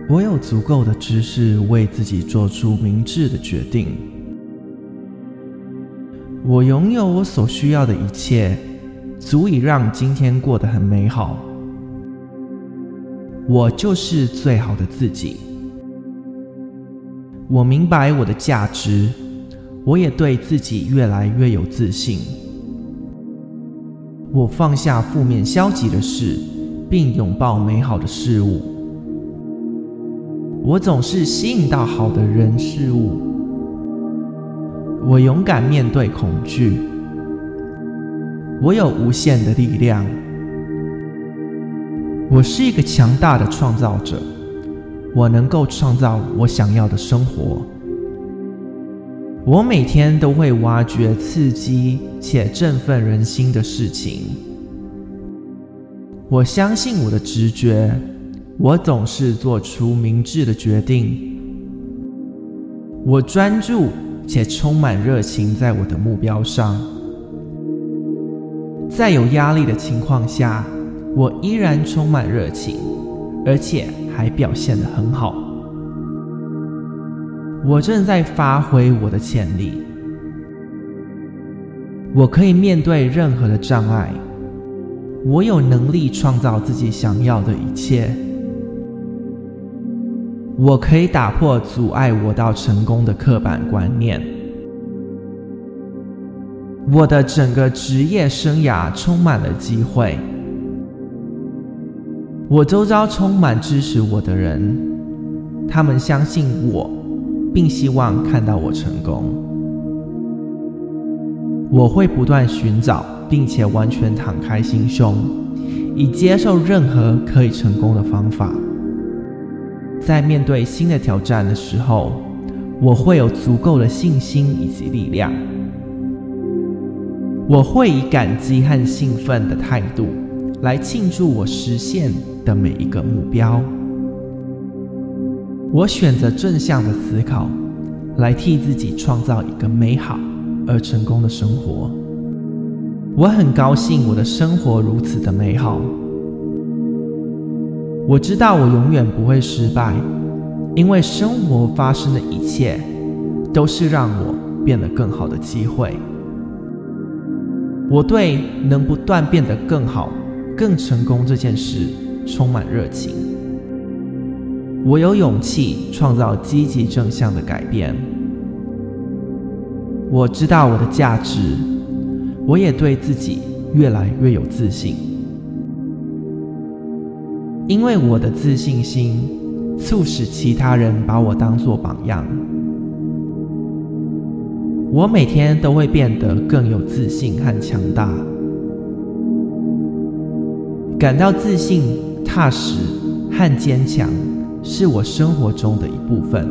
我有足够的知识为自己做出明智的决定。我拥有我所需要的一切，足以让今天过得很美好。我就是最好的自己。我明白我的价值，我也对自己越来越有自信。我放下负面消极的事，并拥抱美好的事物。我总是吸引到好的人事物。我勇敢面对恐惧。我有无限的力量。我是一个强大的创造者，我能够创造我想要的生活。我每天都会挖掘刺激且振奋人心的事情。我相信我的直觉，我总是做出明智的决定。我专注且充满热情在我的目标上。在有压力的情况下，我依然充满热情，而且还表现得很好。我正在发挥我的潜力。我可以面对任何的障碍。我有能力创造自己想要的一切。我可以打破阻碍我到成功的刻板观念。我的整个职业生涯充满了机会。我周遭充满支持我的人，他们相信我，并希望看到我成功。我会不断寻找，并且完全敞开心胸，以接受任何可以成功的方法。在面对新的挑战的时候，我会有足够的信心以及力量。我会以感激和兴奋的态度来庆祝我实现的每一个目标。我选择正向的思考，来替自己创造一个美好而成功的生活。我很高兴我的生活如此的美好。我知道我永远不会失败，因为生活发生的一切都是让我变得更好的机会。我对能不断变得更好、更成功这件事充满热情。我有勇气创造积极正向的改变。我知道我的价值，我也对自己越来越有自信。因为我的自信心促使其他人把我当作榜样。我每天都会变得更有自信和强大。感到自信、踏实和坚强是我生活中的一部分。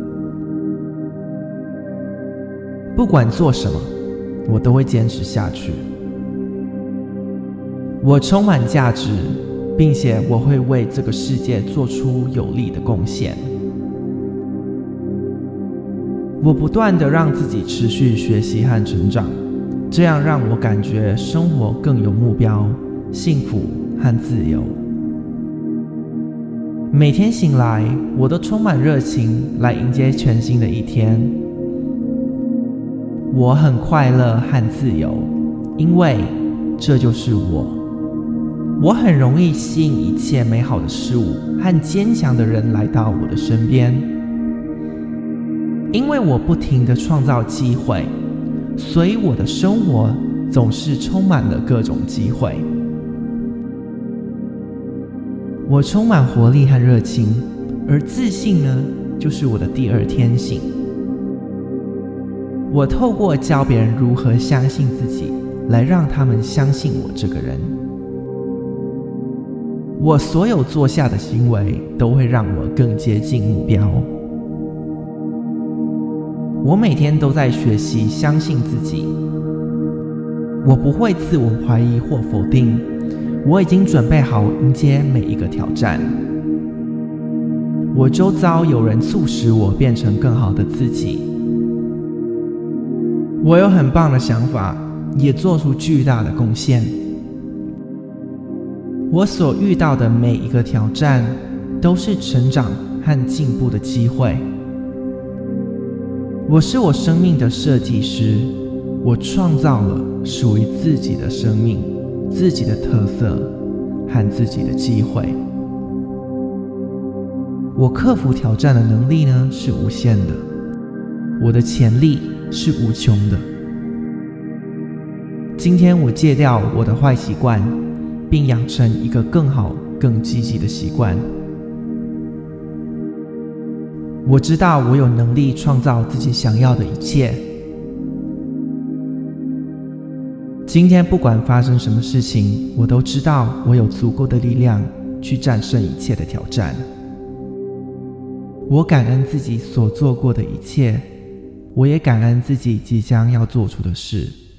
不管做什么，我都会坚持下去。我充满价值，并且我会为这个世界做出有力的贡献。我不断地让自己持续学习和成长，这样让我感觉生活更有目标、幸福和自由。每天醒来，我都充满热情来迎接全新的一天。我很快乐和自由，因为这就是我。我很容易吸引一切美好的事物和坚强的人来到我的身边。因为我不停地创造机会，所以我的生活总是充满了各种机会。我充满活力和热情，而自信呢，就是我的第二天性。我透过教别人如何相信自己，来让他们相信我这个人。我所有做下的行为都会让我更接近目标。我每天都在学习相信自己。我不会自我怀疑或否定，我已经准备好迎接每一个挑战。我周遭有人促使我变成更好的自己。我有很棒的想法，也做出巨大的贡献。我所遇到的每一个挑战都是成长和进步的机会。我是我生命的设计师，我创造了属于自己的生命、自己的特色和自己的机会。我克服挑战的能力呢是无限的，我的潜力是无穷的。今天我戒掉我的坏习惯，并养成一个更好、更积极的习惯。我知道我有能力创造自己想要的一切。今天不管发生什么事情，我都知道我有足够的力量去战胜一切的挑战。我感恩自己所做过的一切，我也感恩自己即将要做出的事。